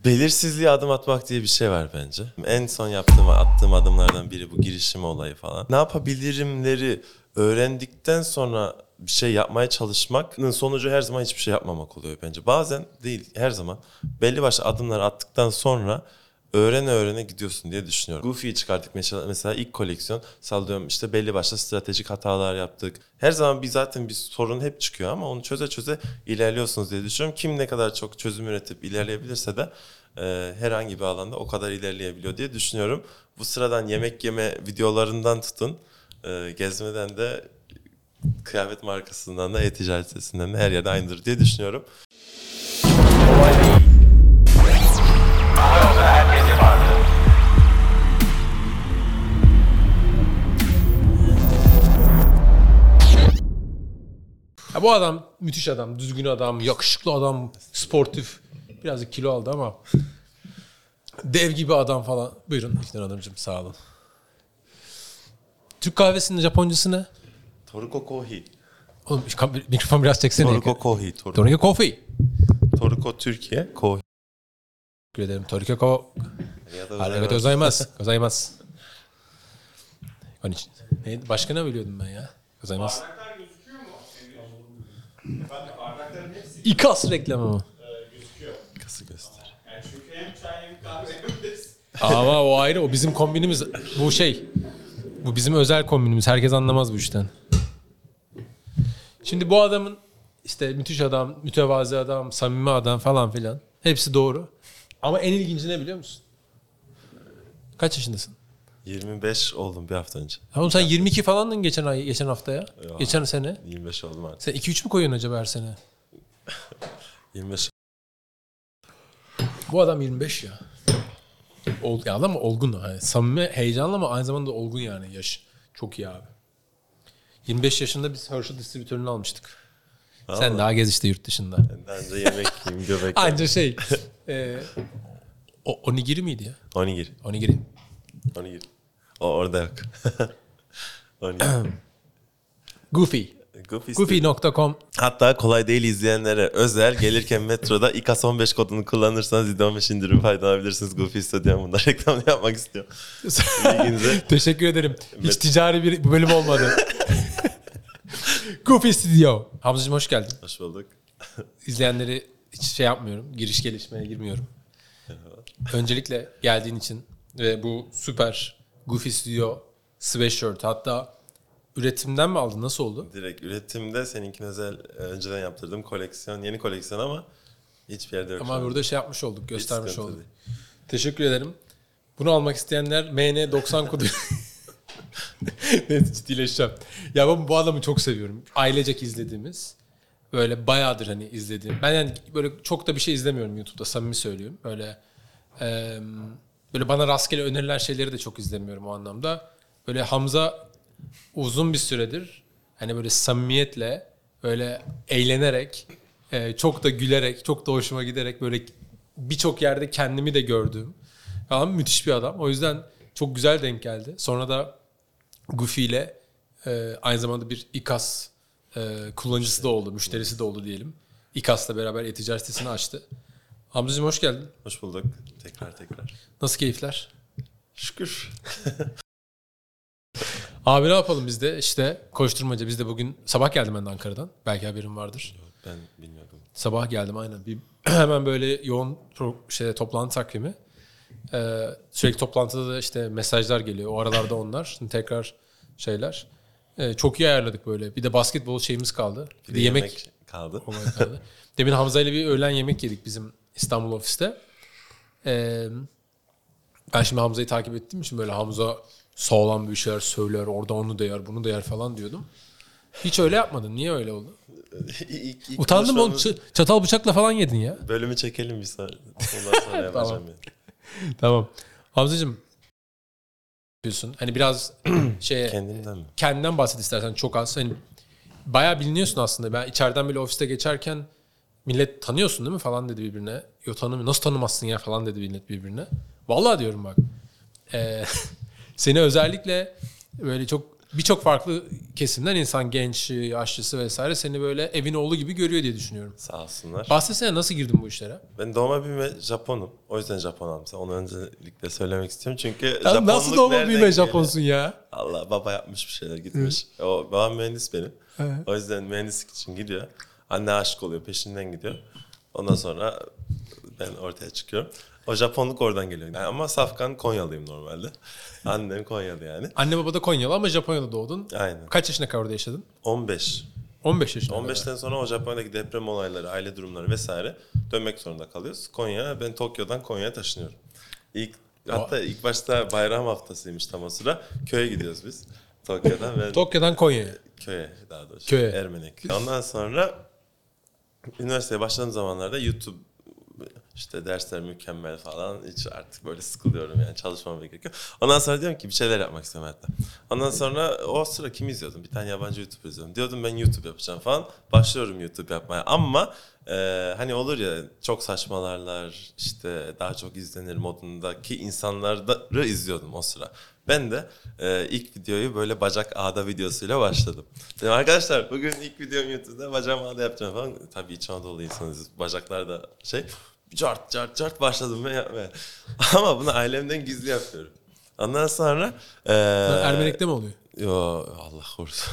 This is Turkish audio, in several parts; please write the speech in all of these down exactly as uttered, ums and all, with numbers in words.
Belirsizliğe adım atmak diye bir şey var bence. En son yaptığım, attığım adımlardan biri bu girişim olayı falan. Ne yapabilirimleri öğrendikten sonra bir şey yapmaya çalışmanın sonucu her zaman hiçbir şey yapmamak oluyor bence. Bazen değil, her zaman belli başlı adımlar attıktan sonra öğrene öğrene gidiyorsun diye düşünüyorum. Goofy'yi çıkarttık mesela, mesela ilk koleksiyon, sallıyorum işte belli başlı stratejik hatalar yaptık. Her zaman bir zaten bir sorun hep çıkıyor ama onu çöze çöze ilerliyorsunuz diye düşünüyorum. Kim ne kadar çok çözüm üretip ilerleyebilirse de e, herhangi bir alanda o kadar ilerleyebiliyor diye düşünüyorum. Bu sıradan yemek yeme videolarından tutun, e, gezmeden de kıyafet markasından da e-ticaret sitesinden de her yerde aynıdır diye düşünüyorum. Ya bu adam müthiş adam, düzgün adam, yakışıklı adam, sportif. Birazcık kilo aldı ama dev gibi adam falan. Buyurun İlknur Hanımcığım, sağ olun. Türk kahvesinin Japoncası ne? Toruko Kohi. Oğlum mikrofon biraz çeksene. Toruko Kohi. Toruko. Toruko Coffee. Toruko Türkiye. Kohi. Teşekkür ederim. Toruko Ko... Arigatou gozaimasu. Gozaimasu. Onun için. Neydi? Başka ne biliyordum ben ya? Gozaimasu. Bardaklar gözüküyor mu? Efendim bardakların hepsi İKAS reklamı mı? e, gözüküyor. Kası göster. Yani çünkü hem çay hem kahve hem de... Ama o ayrı. O bizim kombinimiz. Bu şey. Bu bizim özel kombinimiz. Herkes anlamaz bu işten. Şimdi bu adamın işte müthiş adam, mütevazi adam, samimi adam falan filan. Hepsi doğru. Ama en ilginci ne biliyor musun? Kaç yaşındasın? yirmi beş oldum bir hafta önce. Ya oğlum sen yirmi iki falandın geçen ay, geçen hafta ya. Ya. Geçen sene. yirmi beş oldum artık. Sen iki üç mü koyuyorsun acaba her sene? yirmi beş. Bu adam yirmi beş ya. Ol, ya adam olgun. Yani samimi, heyecanlı ama aynı zamanda olgun yani yaş. Çok iyi abi. yirmi beş yaşında biz Hershey distribütörünü almıştık. Vallahi. Sen daha gez işte yurt dışında. Anca yemek yiyeyim, göbek. Anca şey. e, o, onigiri miydi ya? Onigiri. Onigiri. Onigiri. O orada yok. Onigiri. Goofy. Goofy. Goofy nokta com. Hatta kolay değil izleyenlere özel, gelirken metroda İ K A S on beş kodunu kullanırsanız yüzde on beş indirim faydalanabilirsiniz. Goofy Studio bunda reklamını yapmak istiyor. İlginize. Teşekkür ederim. Hiç ticari bir bölüm olmadı. Goofy Studio. Hamzacığım hoş geldin. Hoş bulduk. İzleyenleri hiç şey yapmıyorum. Giriş gelişmeye girmiyorum. Öncelikle geldiğin için ve bu süper Goofy Studio sweatshirt, hatta üretimden mi aldın? Nasıl oldu? Direkt üretimde seninkine özel önceden yaptırdığım koleksiyon. Yeni koleksiyon ama hiçbir yerde yok. Ama burada şey yapmış olduk, göstermiş sıkıntı olduk. değil. Teşekkür ederim. Bunu almak isteyenler M N doksan kodu. Neyse, ciddileşeceğim. Ya ben bu adamı çok seviyorum. Ailecek izlediğimiz. Böyle bayağıdır hani izlediğim. Ben yani böyle çok da bir şey izlemiyorum YouTube'da, samimi söylüyorum. Böyle e, böyle bana rastgele önerilen şeyleri de çok izlemiyorum o anlamda. Böyle Hamza uzun bir süredir hani böyle samimiyetle, böyle eğlenerek, e, çok da gülerek, çok da hoşuma giderek böyle birçok yerde kendimi de gördüğüm falan müthiş bir adam. O yüzden çok güzel denk geldi. Sonra da Goofy ile e, aynı zamanda bir İ K A S e, kullanıcısı da oldu, müşterisi de oldu diyelim. İ K A S'la beraber e-ticaret sitesini açtı. Hamzacığım hoş geldin. Hoş bulduk. Tekrar tekrar. Nasıl keyifler? Şükür. Abi ne yapalım biz de işte koşturmaca. Biz de bugün sabah geldim ben de Ankara'dan. Belki haberin vardır. Ben bilmiyordum. Sabah geldim aynen. Bir, hemen böyle yoğun pro, şey, toplantı takvimi. Ee, sürekli toplantıda da işte mesajlar geliyor. O aralarda onlar. Şimdi tekrar şeyler. Ee, çok iyi ayarladık böyle. Bir de basketbol şeyimiz kaldı. Bir, Bir de de yemek, yemek kaldı. kaldı. Demin Hamza ile bir öğlen yemek yedik bizim İstanbul ofiste. Ee, ben şimdi Hamza'yı takip ettiğim için böyle Hamza sağlam bir şeyler söyler. Orada onu da yer, bunu da yer falan diyordum. Hiç öyle yapmadın. Niye öyle oldu? İlk, ilk Utandım oğlum. konuşmamız- Çatal bıçakla falan yedin ya. Bölümü çekelim bir sonra. Ondan sonra yapacağım. Tamam. Yani. Tamam. Hamzacığım diyorsun. Hani biraz şeye Kendimden mi? kendinden bahset istersen, çok az. Hani bayağı biliniyorsun aslında. Ben içeriden böyle ofiste geçerken millet tanıyorsun değil mi falan dedi birbirine. Yo tanımıyor. Nasıl tanımazsın ya falan dedi millet birbirine. Vallahi diyorum bak. Ee, seni özellikle böyle çok birçok farklı kesimden insan, genç, yaşlısı vesaire seni böyle evin oğlu gibi görüyor diye düşünüyorum. Sağ olsunlar. Bahsetsene nasıl girdin bu işlere? Ben doğma büyüme Japonum. O yüzden Japon amca. Onu öncelikle söylemek istiyorum. Çünkü Ya Japonluk nasıl doğma nereden büyüme geliyor? Japonsun ya? Allah, baba yapmış bir şeyler, gitmiş. O babam mühendis benim. Evet. O yüzden mühendislik için gidiyor. Anne aşık oluyor, peşinden gidiyor. Ondan sonra ben ortaya çıkıyorum. O Japonluk oradan geliyor. Yani ama safkan Konyalıyım normalde. Annem Konyalı yani. Anne baba da Konyalı ama Japonya'da doğdun. Aynen. Kaç yaşına kadar orada yaşadın? on beş. on beş yaşına on beşten kadar. sonra o Japonya'daki deprem olayları, aile durumları vesaire dönmek zorunda kalıyoruz. Konya, ben Tokyo'dan Konya'ya taşınıyorum. İlk, hatta ilk başta bayram haftasıymış tam o sıra. Köye gidiyoruz biz. Tokyo'dan ve Tokyo'dan Konya'ya. köye daha doğrusu. Köye. Ermenek. Ondan sonra üniversiteye başladığım zamanlarda YouTube işte dersler mükemmel falan, hiç artık böyle sıkılıyorum yani, çalışmam gerekiyor. Ondan sonra diyorum ki bir şeyler yapmak istiyorum hayatta. Ondan sonra o sıra kimi izliyordum? Bir tane yabancı YouTube izliyordum. Diyordum ben YouTube yapacağım falan. Başlıyorum YouTube yapmaya ama e, hani olur ya, çok saçmalarlar işte, daha çok izlenir modundaki insanları izliyordum o sıra. Ben de e, ilk videoyu böyle bacak ağda videosuyla başladım. Dedim arkadaşlar bugün ilk videom YouTube'da bacağım ağda yapacağım falan. Tabii İç Anadolu insanız, bacaklar da şey. Cart cart cart başladım ben yapmaya. Ama bunu ailemden gizli yapıyorum. Ondan sonra... E, Ermenek'te mi oluyor? Yo, Allah korusun.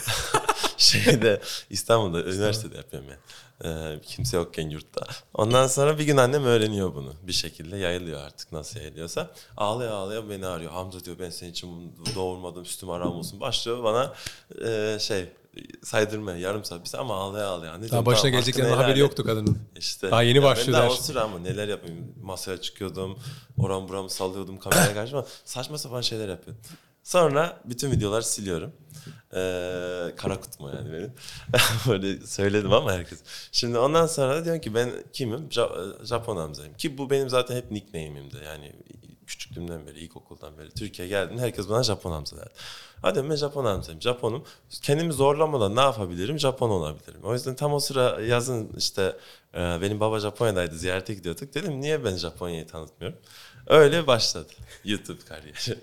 Şeyde İstanbul'da üniversitede yapıyorum yani. Ee, kimse yokken yurtta. Ondan sonra bir gün annem öğreniyor bunu. Bir şekilde yayılıyor artık, nasıl yayılıyorsa. Ağlaya ağlaya beni arıyor. Hamza diyor, ben senin için doğurmadım, sütüm haram olsun. Başlıyor bana e, şey saydırmaya yarım saat. Biz ama ağlaya ağlaya. Ne Daha başına geleceklerinden haberi yoktu kadının. İşte. Daha yeni ya başlıyor ben daha her o şey. sıra ama neler yapayım. Masaya çıkıyordum. Oram buramı sallıyordum kameraya karşı ama saçma sapan şeyler yapıyordum. Sonra bütün videoları siliyorum. Ee, kara kutum yani benim. Böyle söyledim ama herkes. Şimdi ondan sonra da diyorum ki ben kimim? Ja- Japon Hamza'yım. Ki bu benim zaten hep nickname'imdi. Yani küçüklüğümden beri, ilkokuldan beri Türkiye'ye geldim. Herkes bana Japon Hamza derdi. Hadi ben Japon Hamza'yım. Japonum. Kendimi zorlamadan ne yapabilirim? Japon olabilirim. O yüzden tam o sıra yazın işte e, benim baba Japonya'daydı. Ziyarete gidiyorduk. Dedim niye ben Japonya'yı tanıtmıyorum? Öyle başladı YouTube kariyeri.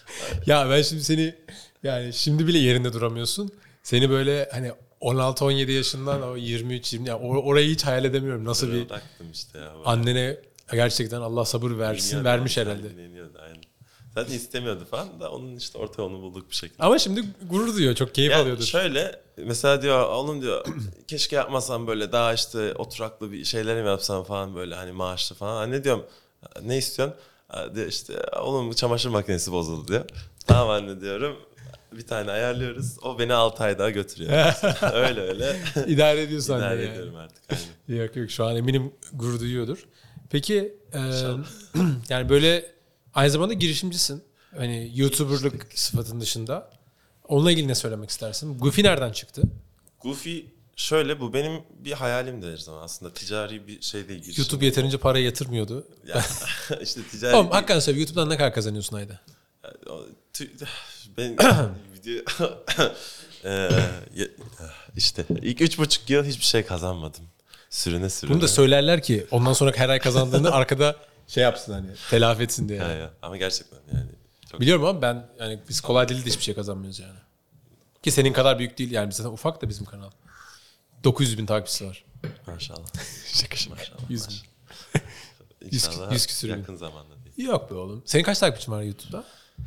Ya ben şimdi seni yani şimdi bile yerinde duramıyorsun. Seni böyle hani on altı on yedi yaşından o yirmi üç yirmi yani or- orayı hiç hayal edemiyorum. Nasıl bir Bıraktım işte ya. annene gerçekten Allah sabır versin Dinliyordu, vermiş onu herhalde. dinliyordu, aynen. Zaten istemiyordu falan da onun işte orta yolunu bulduk bir şekilde. Ama şimdi gurur duyuyor. Çok keyif Ya alıyordur. şöyle mesela diyor oğlum diyor keşke yapmasam böyle daha işte oturaklı bir şeyler mi yapsam falan, böyle hani maaşlı falan. Anne diyorum ne istiyorsun? Ha, diyor işte oğlum çamaşır makinesi bozuldu diyor. Tamam anne diyorum. Bir tane ayarlıyoruz. O beni altı ay daha götürüyor. öyle öyle. İdare ediyorsun anne İdare yani. ediyorum artık. Aynen. Yok yok şu an eminim gurur duyuyordur. Peki e, yani böyle aynı zamanda girişimcisin. Hani YouTuber'lık sıfatın dışında. Onunla ilgili ne söylemek istersin? Goofy nereden çıktı? Goofy şöyle, bu benim bir hayalimdi her zaman. Aslında ticari bir şey değil. girişim. YouTube yeterince para yatırmıyordu. Ya, işte ticari Oğlum bir- hakikaten söyle YouTube'dan ne kadar kazanıyorsun ayda? O, tü- ben video Eee, ya- işte ilk üç buçuk yıl hiçbir şey kazanmadım. Sürüne sürüne. Bunu da söylerler ki ondan sonra her ay kazandığını arkada şey yapsın hani telafi etsin diye. Ya, Yani. ya. Ama gerçekten yani. Çok... Biliyorum ama ben yani biz kolay değil de hiçbir şey kazanmıyoruz yani. Ki senin kadar büyük değil yani zaten ufak da bizim kanal. dokuz yüz bin takipçisi var. Maşallah. Şaka şaka. Maşallah. yüz bin. İnşallah yüz küsür bin. yakın zamanda değil. Yok be oğlum. Senin kaç takipçin var YouTube'da?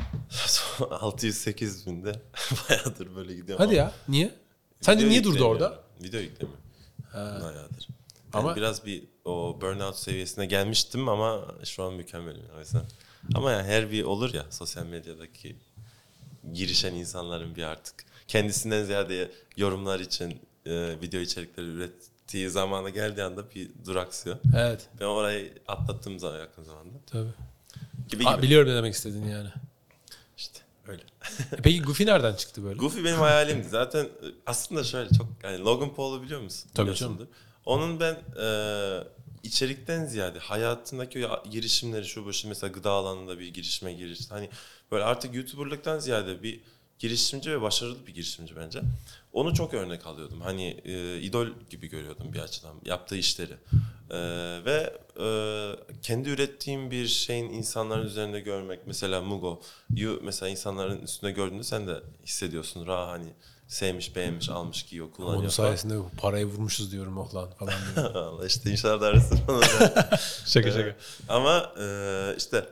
altı yüz sekiz binde bayağıdır böyle gidiyorum. Hadi ama ya. Niye? Sence video niye durdu yüklemiyorum. orada? Video yüklemiyorum. Bayağıdır. Ama- Ama biraz bir o burnout seviyesine gelmiştim ama şu an mükemmelim o yüzden. Ama yani her bir olur ya sosyal medyadaki girişen insanların bir artık kendisinden ziyade yorumlar için e, video içerikleri ürettiği zamana geldiği anda bir duraksıyor. Evet. Ben orayı atlattığım zaman yakın zamanda. Tabii. Gibi Aa, gibi. biliyorum ne demek istediğini yani. İşte öyle. E peki Goofy nereden çıktı böyle? Goofy benim hayalimdi. Zaten e, aslında şöyle çok yani Logan Paul'u biliyor musun? Tabii Biliyorsundur. Onun ben e, içerikten ziyade hayatındaki o girişimleri şu bu şu mesela gıda alanında bir girişime giriş. Hani böyle artık YouTuber'lıktan ziyade bir girişimci ve başarılı bir girişimci bence. Onu çok örnek alıyordum. Hani e, idol gibi görüyordum bir açıdan yaptığı işleri. E, ve e, kendi ürettiğim bir şeyin insanların üzerinde görmek, mesela Mugo, you, mesela insanların üstünde gördüğünde sen de hissediyorsun. Ra hani sevmiş, beğenmiş, almış, giyiyor, kullanıyor. Onun falan. sayesinde parayı vurmuşuz diyorum oh lan falan diyor. Allah işte inşallah darısı bana. Şaka şaka. Ama e, işte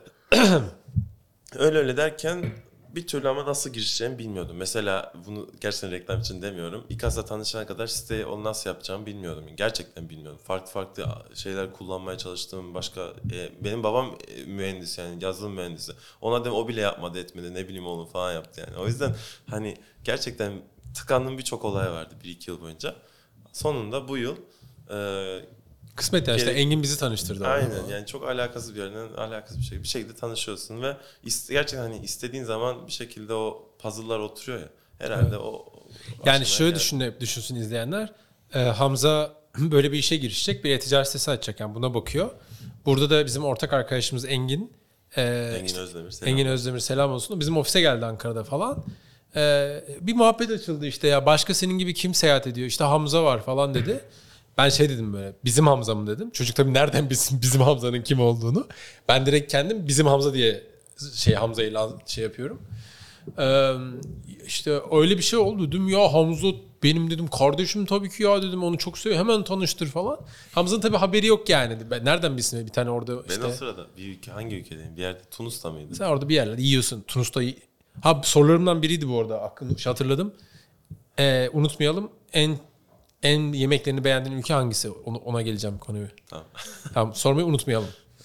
öyle öyle derken bir türlü ama nasıl girişeceğimi bilmiyordum. Mesela bunu gerçekten reklam için demiyorum. İKAS'la tanışana kadar siteyi onu nasıl yapacağımı bilmiyordum. Gerçekten bilmiyordum. Farklı farklı şeyler kullanmaya çalıştım. Başka e, benim babam e, mühendis, yani yazılım mühendisi. Ona dedim, o bile yapmadı etmedi, ne bileyim oğlum falan yaptı yani. O yüzden hani gerçekten tıkandığım birçok olay vardı bir iki yıl boyunca. Sonunda bu yıl e, Kısmet yani işte Gerek- Engin bizi tanıştırdı. aynen orada. yani çok alakasız bir yerden alakasız bir şey bir şekilde tanışıyorsun ve ist- gerçekten hani istediğin zaman bir şekilde o puzzle'lar oturuyor ya. Herhalde Evet. o Yani aşamaya şöyle geldi. düşün, düşünsün izleyenler. Ee, Hamza böyle bir işe girişecek, bir e-ticaret sitesi açacak, yani buna bakıyor. Burada da bizim ortak arkadaşımız Engin. e, Engin işte Özdemir selam. Engin Özdemir selam olsun. Bizim ofise geldi Ankara'da falan. Ee, bir muhabbet açıldı işte, ya başka senin gibi kim seyahat ediyor? İşte Hamza var falan dedi. Ben şey dedim böyle, bizim Hamza mı dedim. Çocuk tabii nereden bilsin bizim Hamza'nın kim olduğunu. Ben direkt kendim bizim Hamza diye şey Hamza ile şey yapıyorum. Ee, işte öyle bir şey oldu dedim, ya Hamza benim dedim kardeşim tabii ki ya dedim, onu çok seviyorum, hemen tanıştır falan. Hamza'nın tabii haberi yok yani. Ben nereden bilsin, bir tane orada Ben işte. o sırada bir ülke, hangi ülkedeyim? Bir yerde, Tunus'ta mıydım? Sen orada bir yerlerde yiyorsun. Tunus'ta y- ha sorularımdan biriydi bu arada, aklım şey hatırladım. Ee, unutmayalım, en en yemeklerini beğendiğin ülke hangisi? Onu, ona geleceğim konuyu. Tamam. Tamam, sormayı unutmayalım.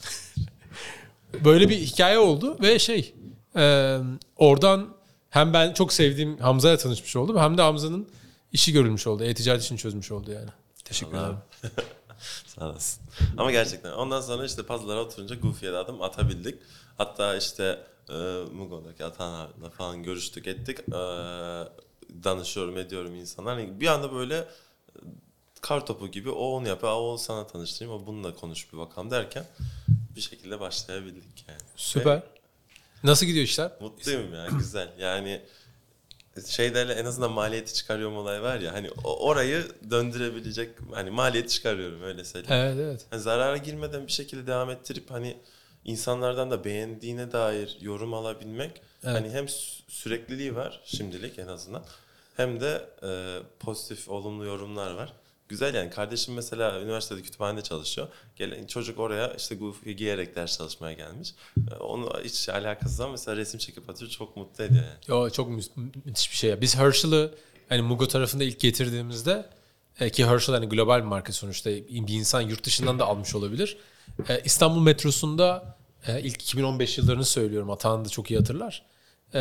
Böyle bir hikaye oldu ve şey e, oradan hem ben çok sevdiğim Hamza'yla tanışmış oldum, hem de Hamza'nın işi görülmüş oldu. E-ticaret işini çözmüş oldu yani. Teşekkür Allah. ederim. Sağ olasın. Ama gerçekten ondan sonra işte puzzle'lara oturunca Goofy'ye de adım atabildik. Hatta işte e, Mugo'daki Atahan'la falan görüştük ettik. E, danışıyorum ediyorum insanlar. Hani bir anda böyle e, kar topu gibi o onu yapıyor. O onu sana tanıştırayım. O bununla konuş bir bakalım derken bir şekilde başlayabildik yani. Süper. Ve Nasıl gidiyor işler? mutluyum ya, güzel. Yani şeylerle en azından maliyeti çıkarıyorum olay var ya, hani o- orayı döndürebilecek, hani maliyeti çıkarıyorum, öyle söyleyeyim. Evet evet. Yani zarara girmeden bir şekilde devam ettirip hani insanlardan da beğendiğine dair yorum alabilmek, Evet. hani hem sü- sürekliliği var şimdilik en azından, hem de e, pozitif olumlu yorumlar var. Güzel yani. Kardeşim mesela üniversitede kütüphanede çalışıyor. Gelen çocuk oraya işte Goofy giyerek ders çalışmaya gelmiş. E, Onu hiç alakasız ama mesela resim çekip atıyor, çok mutlu ediyor yani. Yo, çok mü- müthiş bir şey ya. Biz Herschel'ı hani Mugo tarafında ilk getirdiğimizde, e, ki Herschel hani global bir marka sonuçta, bir insan yurt dışından da almış olabilir. E, İstanbul metrosunda e, ilk iki bin on beş yıllarını söylüyorum. Atahan da çok iyi hatırlar. E,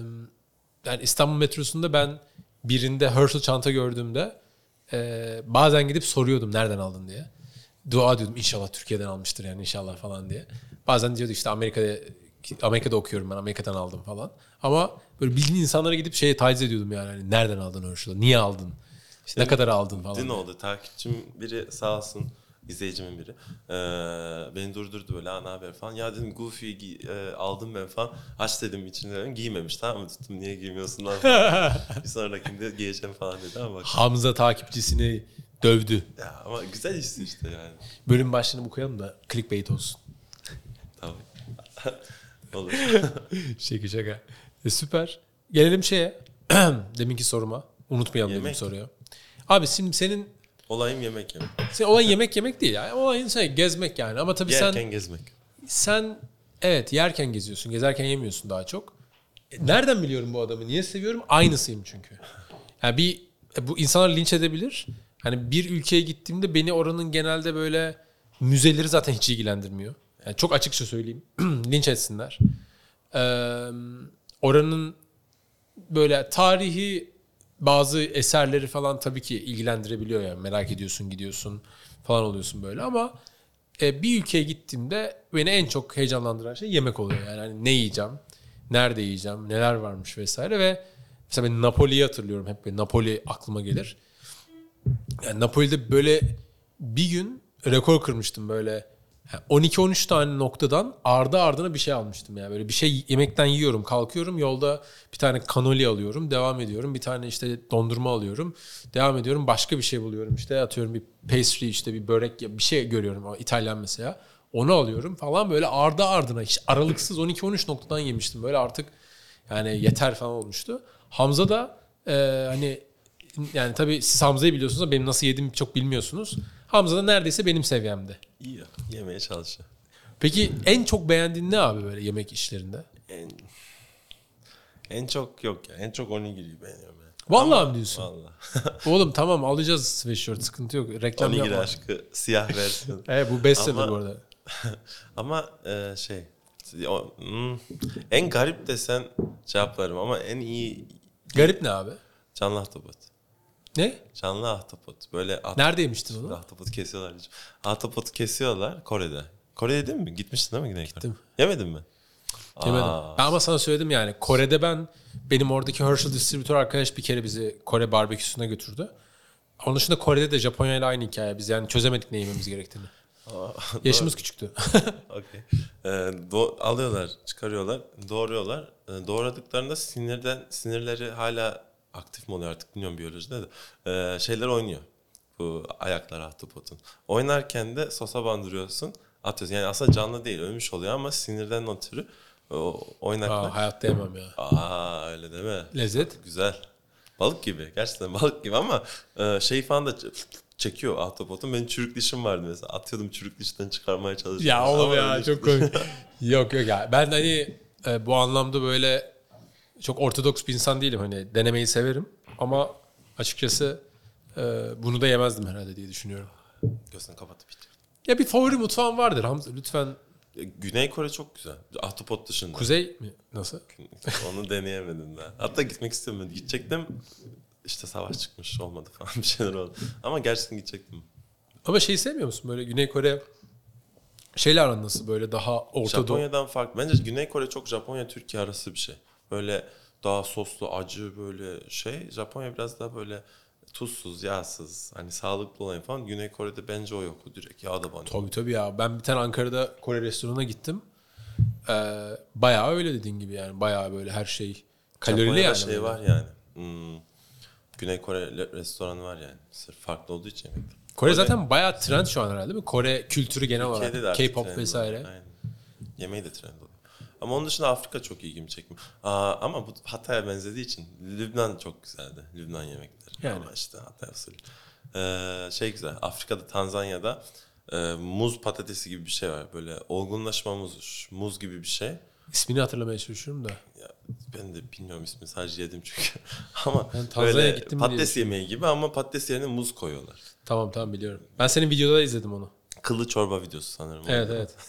yani İstanbul metrosunda ben birinde Herschel çanta gördüğümde e, bazen gidip soruyordum nereden aldın diye. Dua diyordum, inşallah Türkiye'den almıştır yani, inşallah falan diye. Bazen diyordu işte Amerika'da Amerika'da okuyorum ben, Amerika'dan aldım falan. Ama böyle bildiğin insanlara gidip şeye taciz ediyordum yani. Hani nereden aldın Herschel'ı? Niye aldın? İşte ne kadar aldın falan. Dün diye. oldu. Takipçim biri sağ olsun, izleyicimin biri. Ee, beni durdurdu böyle, ne haber falan. Ya dedim Goofy giy- e, aldım ben falan. Aç dedim içinde, dedim. Giymemiş, tamam mı? Tuttum, niye giymiyorsun lan? Bir sonrakinde giyeceğim falan dedi ama bak. Hamza takipçisini dövdü. Ya ama güzel iş işte yani. Bölüm başlığını bu koyalım da clickbait olsun. Tamam. Olur. Şaka şaka. E, süper. Gelelim şeye. Deminki soruma. Unutmayalım dedim Yemek. soruyu. Abi şimdi senin, Olayım yemek yemek. senin olayın yemek yemek değil ya. Olayın şey gezmek yani. Ama tabii Yerken sen gezmek. sen evet yerken geziyorsun. Gezerken yemiyorsun daha çok. E, nereden biliyorum bu adamı? Niye seviyorum? Aynısıyım çünkü. Yani bir e, bu insanlar linç edebilir. Hani bir ülkeye gittiğimde beni oranın genelde böyle müzeleri zaten hiç ilgilendirmiyor. Yani çok açıkça söyleyeyim. Linç etsinler. Ee, oranın böyle tarihi bazı eserleri falan tabii ki ilgilendirebiliyor yani. Merak ediyorsun, gidiyorsun falan oluyorsun böyle, ama e, bir ülkeye gittiğimde beni en çok heyecanlandıran şey yemek oluyor. Yani hani ne yiyeceğim, nerede yiyeceğim, neler varmış vesaire. Ve mesela ben Napoli'yi hatırlıyorum, hep böyle Napoli aklıma gelir. Yani Napoli'de böyle bir gün rekor kırmıştım böyle. on iki on üç tane noktadan ardı ardına bir şey almıştım yani. Böyle bir şey yemekten yiyorum, kalkıyorum. Yolda bir tane cannoli alıyorum, devam ediyorum. Bir tane işte dondurma alıyorum, devam ediyorum. Başka bir şey buluyorum işte. Atıyorum bir pastry, işte bir börek, bir şey görüyorum. O İtalyan mesela. Onu alıyorum falan, böyle ardı ardına hiç aralıksız on iki on üç noktadan yemiştim. Böyle artık yani yeter falan olmuştu. Hamza da e, hani yani tabii siz Hamza'yı biliyorsunuz ama benim nasıl yediğimi çok bilmiyorsunuz. Hamza da neredeyse benim seviyemde. İyi ya. Yemeye çalışıyor. Peki en çok beğendiğin ne abi böyle yemek işlerinde? En, en çok yok ya. En çok onigiri beğeniyorum yani. Vallahi Ama- mi diyorsun? Vallahi. Oğlum tamam, alacağız sweatshirt, sıkıntı yok. Reklam Onigiri yapma. aşkı siyah versiyon. Evet, bu bestseller Ama- bu arada. Ama e, şey o, hmm, en garip desen cevaplarım ama en iyi Garip ne abi? canlı ahtapot. Ne? Canlı ahtapot. Böyle at, Nerede yemiştin onu? ahtapot kesiyorlar. Ahtapotu kesiyorlar Kore'de. Kore'ye yedin mi? Gitmiştin değil mi Güney Kore? Gittim. Yemedin mi? Yemedim. Aa, Ben ama sana söyledim yani. Kore'de ben, benim oradaki Herschel distribütör arkadaş bir kere bizi Kore barbeküsüne götürdü. Onun dışında Kore'de de Japonya ile aynı hikaye. Biz yani çözemedik ne yememiz gerektiğini. aa, Yaşımız küçüktü. Okey. Ee, do- alıyorlar, çıkarıyorlar, doğruyorlar. Ee, doğradıklarında sinirden sinirleri hala aktif mi oluyor artık bilmiyorum biyolojide de. Ee, şeyler oynuyor. Bu ayaklar ahtapotun. Oynarken de sosa bandırıyorsun, atıyorsun. Yani aslında canlı değil, ölmüş oluyor ama sinirden ötürü o oynaklar. Aa, hayatta yemem ya. Aa öyle deme. Lezzet? Güzel. Balık gibi. Gerçekten balık gibi ama e, şey falan da ç- çekiyor ahtapotun. Benim çürük dişim vardı mesela. Atıyordum, çürük dişten çıkarmaya çalışıyordum. Ya oğlum Ama ya öyle çok komik. Yok yok ya. Ben hani e, bu anlamda böyle çok ortodoks bir insan değilim. Hani denemeyi severim. Ama açıkçası e, bunu da yemezdim herhalde diye düşünüyorum. Gözünü kapatıp bitir. Ya bir favori mutfağın vardır Hamza. Lütfen. E, Güney Kore çok güzel. Ahtapot dışında. Kuzey mi? Nasıl? Onu deneyemedim daha. Hatta gitmek istiyorum. Gidecektim. İşte savaş çıkmış olmadı falan bir şeyler oldu. Ama gerçekten gidecektim. Ama şeyi sevmiyor musun? Böyle Güney Kore şeyle aran nasıl? Böyle daha ortodoks. Japonya'dan farklı. Bence Güney Kore çok Japonya Türkiye arası bir şey. Böyle daha soslu, acı böyle şey. Japonya biraz daha böyle tuzsuz, yağsız, hani sağlıklı olan falan. Güney Kore'de bence o yok. O direkt yağ da banıyor. Tabii tabii ya. Ben bir tane Ankara'da Kore restoranına gittim. Ee, bayağı öyle dediğin gibi yani. Bayağı böyle her şey kalorili Japonya'da yani. şey böyle. var yani. Hmm, Güney Kore le- restoranı var yani. Sırf farklı olduğu için yemekte. Kore zaten bayağı trend şu an herhalde değil mi? Kore kültürü genel Türkiye'de de olarak. artık K-pop trend vesaire. oluyor. Aynen. Yemeği de trend oluyor. Ama onun dışında Afrika çok ilgimi çekmiyor. Aa, ama bu Hatay'a benzediği için Lübnan çok güzeldi. Lübnan yemekleri. Yani. Ama işte Hatay usulü. Ee, şey güzel. Afrika'da, Tanzanya'da e, muz patatesi gibi bir şey var. Böyle olgunlaşma muzu, muz gibi bir şey. İsmini hatırlamaya çalışıyorum da. Ya, ben de bilmiyorum ismini. Sadece yedim çünkü. Ama Ben Tanzanya'ya böyle gittim diye patates yemeği gibi ama patates yerine muz koyuyorlar. Tamam tamam biliyorum. Ben senin videoda da izledim onu. Kıllı çorba videosu sanırım. Evet Orada. evet.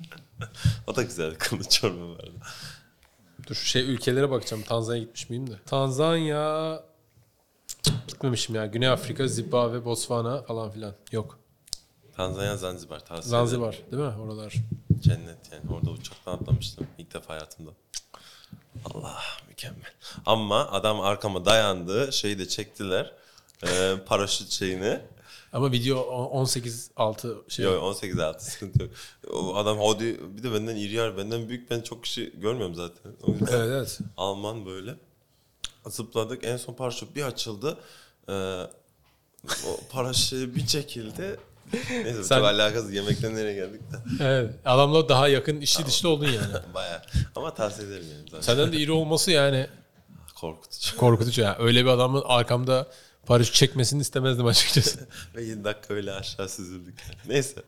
O da güzel. Kıllı çorba vardı. Dur şu şey ülkelere bakacağım. Tanzanya gitmiş miyim de. Tanzanya Cık, gitmemişim ya. Güney Afrika, Zimbabwe, Botswana falan filan. Yok. Tanzanya, Zanzibar tavsiye ederim. Zanzibar değil mi? Oralar. Cennet yani. Orada uçaktan atlamıştım ilk defa hayatımda. Allah mükemmel. Ama adam arkama dayandı. Şeyi de çektiler. Ee, paraşüt şeyini. Ama video on sekiz altı şey. Yok on sekiz altı sıkıntı yok. O adam hadi bir de benden iri yer. Benden büyük, ben çok kişi görmüyorum zaten. O yüzden Evet evet. Alman böyle. Zıpladık. En son paraşüt bir açıldı. Ee, o paraşüt bir çekildi. Neyse Sen- çok alakasız. Yemekten nereye geldik de. Evet. Adamla daha yakın içli dışlı oldun yani. Bayağı. Ama tavsiye ederim yani. Zaten. Senden de iri olması yani Korkutucu. korkutucu ya. Öyle bir adamın arkamda paraşüt çekmesini istemezdim açıkçası. Ve yedi dakika öyle aşağı süzüldük. Neyse.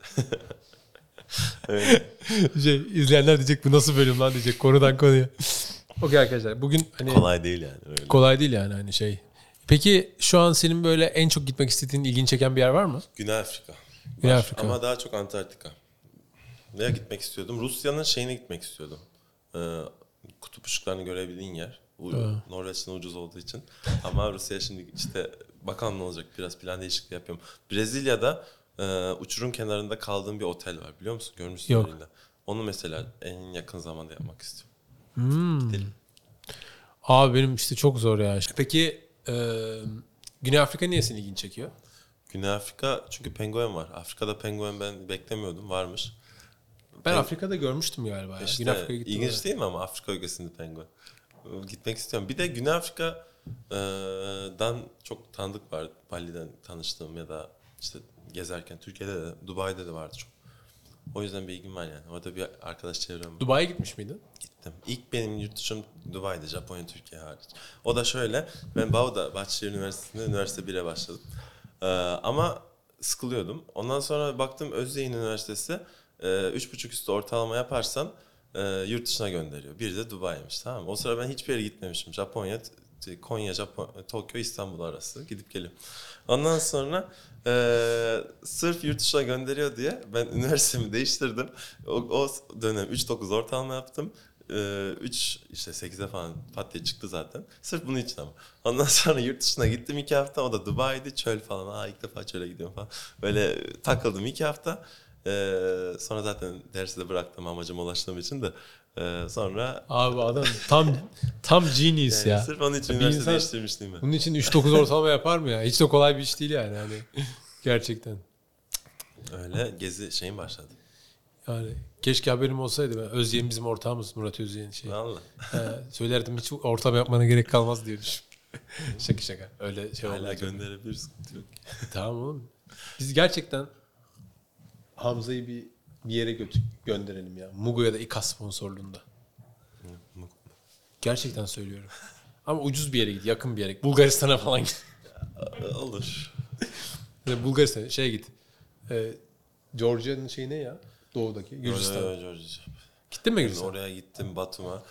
Öyle. şey izleyenler diyecek bu nasıl bölüm lan diyecek konudan konuya. Okey arkadaşlar bugün hani Kolay değil yani. Öyle. kolay değil yani hani şey. Peki şu an senin böyle en çok gitmek istediğin, ilgini çeken bir yer var mı? Güney Afrika. Güney Var. Afrika. Ama daha çok Antarktika. Neye gitmek istiyordum? Rusya'nın şeyine gitmek istiyordum. Ee, kutup ışıklarını görebildiğin yer. U- Norveç'ten ucuz olduğu için. Ama Rusya şimdi işte bakalım ne olacak. Biraz plan değişikliği yapıyorum. Brezilya'da e, uçurum kenarında kaldığım bir otel var. Biliyor musun? Görmüşsün. Yok. elinde. Onu mesela en yakın zamanda yapmak istiyorum. Hmm. Gidelim. Abi benim işte çok zor ya. Peki e, Güney Afrika niye senin ilgini çekiyor? Güney Afrika çünkü penguen var. Afrika'da penguen ben beklemiyordum. Varmış. Ben Afrika'da görmüştüm galiba. Ya. İşte Güney Afrika'ya gittim. ilginç oraya. değil mi ama Afrika ülkesinde penguen. Gitmek istiyorum. Bir de Güney Afrika'dan çok tanıdık var. Bali'den tanıştığım ya da işte gezerken Türkiye'de de Dubai'de de vardı çok. O yüzden bir ilgim var yani. Orada bir arkadaş çevrem var. Dubai'ye gitmiş miydin? Gittim. İlk benim yurt dışım Dubai'de, Japonya, Türkiye hariç. O da şöyle, ben Bauda, Bahçeşehir Üniversitesi'nde üniversite bire başladım. Ee, ama sıkılıyordum. Ondan sonra baktım Özyeğin Üniversitesi e, üç buçuk üstü ortalama yaparsan e, yurt dışına gönderiyor. Bir de Dubai'ymiş, tamam mı? O sıra ben hiçbir yere gitmemişim. Japonya, t- Konya, Japonya, Tokyo, İstanbul arası gidip geliyorum. Ondan sonra e, sırf yurt dışına gönderiyor diye ben üniversitemi değiştirdim. O, o dönem üç dokuz ortalama yaptım. üç işte sekize falan pat diye çıktı zaten. Sırf bunun için ama. Ondan sonra yurt dışına gittim iki hafta. O da Dubai'di, çöl falan. Aa ilk defa çöle gidiyorum falan. Böyle takıldım iki hafta. Ee, sonra zaten dersi de bıraktım amacıma ulaştığım için de. Ee, sonra Abi adam tam tam genius yani ya. sırf onun için Bir üniversite insan- değiştirmiştim ben. Bunun için üç dokuz ortalama yapar mı ya? Hiç de kolay bir iş değil yani. Hani gerçekten. Öyle gezi şeyim başladı. Yani keşke haberim olsaydı. Ben Özyeğin bizim ortağımız Murat Özyeğin şey. Vallahi. He, söylerdim hiç ortam yapmana gerek kalmaz diyormuş. Şaka şaka. Öyle şey Hala olmaz. gönderebiliriz. Sıkıntı yok. Tamam oğlum. Biz gerçekten Hamza'yı bir bir yere götür gönderelim ya. Mugo ya da İKA sponsorluğunda. Gerçekten söylüyorum. Ama ucuz bir yere git, yakın bir yere git. Bulgaristan'a falan git. Olur. Yani Bulgaristan şeye git. Ee, Georgia'nın şeyi ne ya? Doğudaki. Gürcistan. Öyle, öyle, öyle. Gittin mi Ben Gürcistan? oraya gittim Batum'a.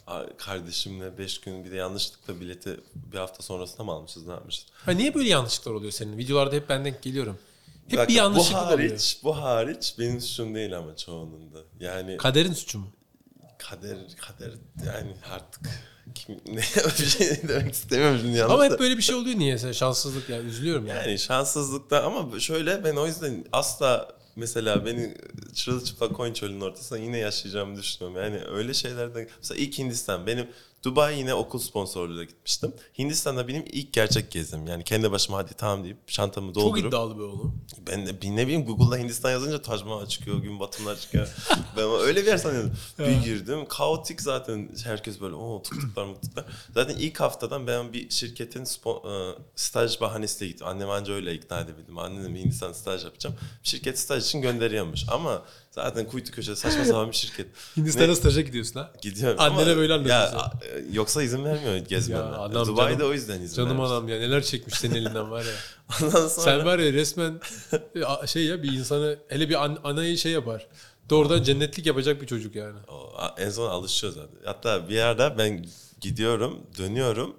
Kardeşimle beş gün bir de yanlışlıkla bileti bir hafta sonrasında mı almışız, ne yapmışız? Ha, niye böyle yanlışlıklar oluyor senin? Videolarda hep ben denk geliyorum. Hep Bak, bir yanlışlık bu oluyor. hariç, bu hariç benim suçum değil ama çoğunun da. Yani Kaderin suçu mu? kader, kader yani artık kim ne bir şey demek istemiyorum şimdi yalnız Ama da. hep böyle bir şey oluyor niyeyse. Şanssızlık yani. Üzülüyorum yani. Yani şanssızlıkta ama şöyle ben o yüzden asla mesela beni çırılçıplak koyun çölünün ortasında yine yaşayacağımı düşünüyorum. Yani öyle şeylerden mesela ilk Hindistan benim Dubai yine okul sponsorluğuyla gitmiştim. Hindistan'da benim ilk gerçek gezim. Yani kendi başıma hadi tamam deyip çantamı Çok doldurup. iddialı be oğlum. Ben de bir ne bileyim Google'da Hindistan yazınca Taj Mahal çıkıyor, gün batımlar çıkıyor. Ben öyle bir yer sanıyordum. Bir girdim, kaotik zaten herkes böyle o tuttuklar muttuklar. Zaten ilk haftadan ben bir şirketin spo- e, staj bahanesiyle gittim. Annem anca öyle ikna edebildim. Annem Hindistan staj yapacağım. Şirket staj için gönderiyormuş ama zaten kuytu köşede saçma sapan bir şirket. Hindistan'a Ne- staja gidiyorsun ha. Gidiyorum Annene ama böyle ya, anlatıyorsun. a- yoksa izin vermiyor gezmeme. Ya adam Dubai'de canım- o yüzden izin Canım vermiş. adam ya neler çekmiş senin elinden var ya. Ondan sonra Sen var ya resmen e, şey ya bir insanı hele bir an, anayı şey yapar. Doğrudan cennetlik yapacak bir çocuk yani. O, a- en son alışıyor zaten. Hatta bir yerde ben gidiyorum, dönüyorum.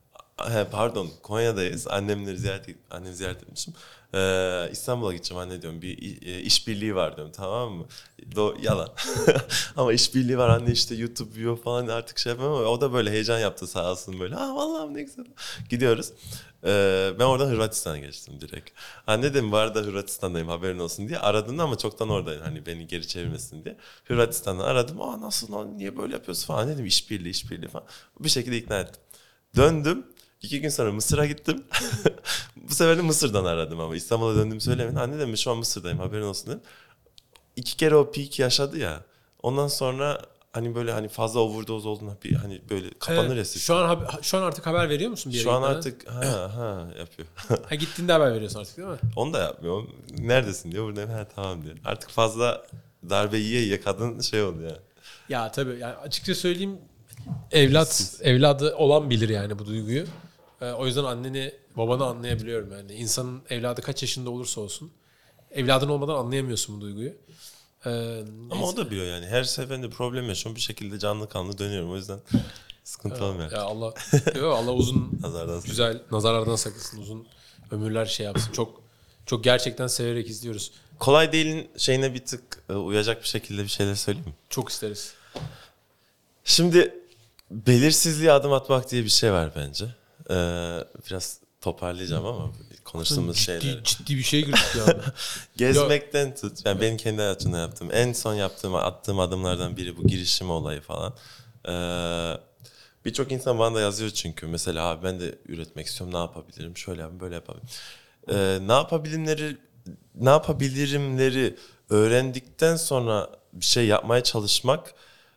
He, pardon, Konya'dayız. Annemleri ziyaret annemi ziyaret etmişim. Ee, İstanbul'a gideceğim anne diyorum. Bir i- işbirliği var diyorum, tamam mı? Do yalan. Ama işbirliği var anne işte YouTube video falan artık şey yapamam ama o da böyle heyecan yaptı sağ olsun böyle. Ha vallahi ne güzel. Gidiyoruz. Ee, ben oradan Hırvatistan'a geçtim direkt. Anne dedim bu arada Hırvatistan'dayım haberin olsun diye. Aradım ama çoktan oradayım hani beni geri çevirmesin diye. Hırvatistan'dan aradım. Aa nasıl lan niye böyle yapıyorsun falan dedim. İşbirliği işbirliği falan. Bir şekilde ikna ettim. Döndüm. İki gün sonra Mısır'a gittim. Bu sefer de Mısır'dan aradım ama İstanbul'a döndüğümü söylemeyin. Anne dedim şu an Mısır'dayım haberin olsun dedim. İki kere o peak yaşadı ya. Ondan sonra hani böyle hani fazla overdose olduğunda bir hani böyle kapanır ya Evet, sistem. şu an hab- şu an artık haber veriyor musun bir yere Şu an gitmeden? artık ha ha yapıyor. Ha, gittiğinde haber veriyorsun artık değil mi? Onu da yapmıyor. Neredesin diyor. Buradayım. Ha tamam diyor. Artık fazla darbe yiye yiye kadın şey oluyor. Ya tabii yani açıkça söyleyeyim evlat evladı olan bilir yani bu duyguyu. Ee, o yüzden anneni babanı anlayabiliyorum yani. İnsanın evladı kaç yaşında olursa olsun evladın olmadan anlayamıyorsun bu duyguyu. Ee, Ama o da biliyor yani. Her seferinde problem yaşıyorum. Bir şekilde canlı kanlı dönüyorum. O yüzden sıkıntı olmuyor. ya Allah yo, Allah uzun Nazardan güzel nazarlardan saklasın. Uzun ömürler şey yapsın. Çok çok gerçekten severek izliyoruz. Kolay değilin şeyine bir tık e, uyacak bir şekilde bir şeyler söyleyeyim mi? Çok isteriz. Şimdi belirsizliğe adım atmak diye bir şey var bence. Ee, biraz toparlayacağım ama konuştuğumuz Ciddi, şeyleri. ciddi bir şey girdik ya. Gezmekten tut. Yani benim kendi hayatımda yaptığım en son yaptığım attığım adımlardan biri bu girişim olayı falan. Ee, Birçok insan bana da yazıyor çünkü. Mesela abi ben de üretmek istiyorum. Ne yapabilirim? Şöyle yapayım, böyle yapayım. Ee, ne yapabilirimleri ne yapabilirimleri öğrendikten sonra bir şey yapmaya çalışmak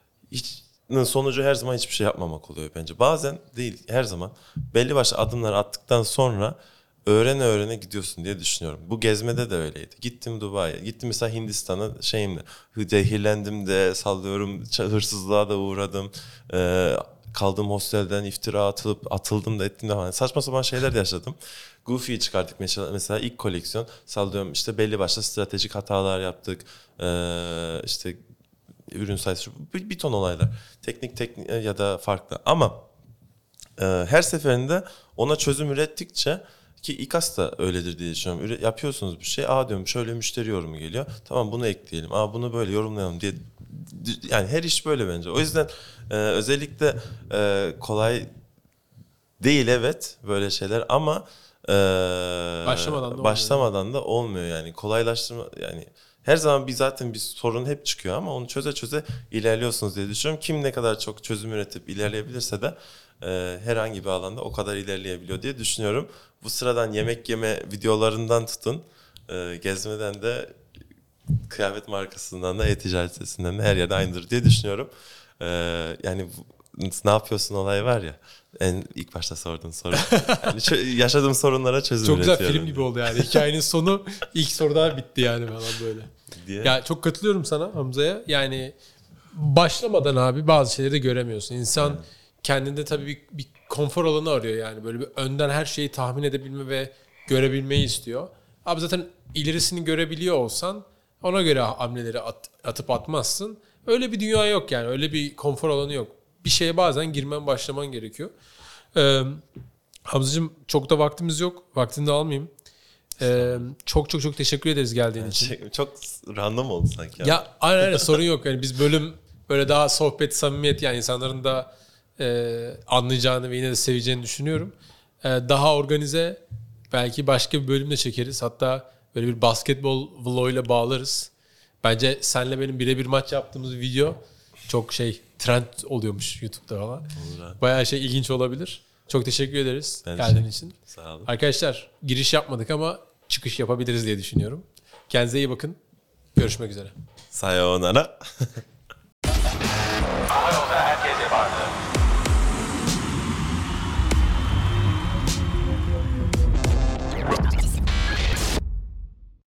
hiç sonucu her zaman hiçbir şey yapmamak oluyor bence. Bazen değil, her zaman belli başlı adımlar attıktan sonra öğrene öğrene gidiyorsun diye düşünüyorum. Bu gezmede de öyleydi. Gittim Dubai'ye, gittim mesela Hindistan'a şeyimle, zehirlendim de sallıyorum, hırsızlığa da uğradım. Ee, kaldığım hostelden iftira atılıp atıldım da ettim de falan. Saçma sapan şeyler de yaşadım. Goofy'yi çıkarttık mesela, mesela ilk koleksiyon, sallıyorum işte belli başlı stratejik hatalar yaptık. Ee, işte ürün sayısı, bir, bir ton olaylar. Teknik teknik ya da farklı. Ama e, her seferinde ona çözüm ürettikçe, ki İKAS da öyledir diye düşünüyorum. Üre, yapıyorsunuz bir şey. Aa diyorum şöyle müşteri yorumu geliyor. Tamam bunu ekleyelim. Aa bunu böyle yorumlayalım diye. Yani her iş böyle bence. O yüzden e, özellikle e, kolay değil evet böyle şeyler ama e, Başlamadan da başlamadan da olmuyor yani. Kolaylaştırma yani. Her zaman bir zaten bir sorun hep çıkıyor ama onu çöze çöze ilerliyorsunuz diye düşünüyorum. Kim ne kadar çok çözüm üretip ilerleyebilirse de e, herhangi bir alanda o kadar ilerleyebiliyor diye düşünüyorum. Bu sıradan yemek yeme videolarından tutun, e, gezmeden de kıyafet markasından da e-ticaret sitesinden de her yerde aynıdır diye düşünüyorum. E, yani bu, ne yapıyorsun olay var ya, en ilk başta sorduğun soru. Yani çö- yaşadığım sorunlara çözüm Çok güzel üretiyorum film gibi oldu yani. Hikayenin sonu ilk sorudan bitti yani falan böyle. diye. Ya çok katılıyorum sana Hamza'ya. Yani başlamadan abi bazı şeyleri de göremiyorsun. İnsan evet. kendinde tabii bir, bir konfor alanı arıyor yani. Böyle bir önden her şeyi tahmin edebilme ve görebilmeyi istiyor. Abi zaten ilerisini görebiliyor olsan ona göre hamleleri at, atıp atmazsın. Öyle bir dünya yok yani. Öyle bir konfor alanı yok. Bir şeye bazen girmen, başlaman gerekiyor. Ee, Hamzacığım çok da vaktimiz yok. Vaktini de almayayım. Ee, çok çok çok teşekkür ederiz geldiğin Yani için. şey, çok random oldu sanki. Ya aynen aynen sorun yok. Yani biz bölüm böyle daha sohbet, samimiyet yani insanların da e, anlayacağını ve yine de seveceğini düşünüyorum. E, daha organize belki başka bir bölümde çekeriz. Hatta böyle bir basketbol vloguyla bağlarız. Bence senle benim birebir maç yaptığımız video çok şey trend oluyormuş YouTube'da falan. Olur. Bayağı şey ilginç olabilir. Çok teşekkür ederiz Ben geldiğin şey, için. Sağ olun. Arkadaşlar giriş yapmadık ama çıkış yapabiliriz diye düşünüyorum. Kendinize iyi bakın. Görüşmek üzere. Sayonara.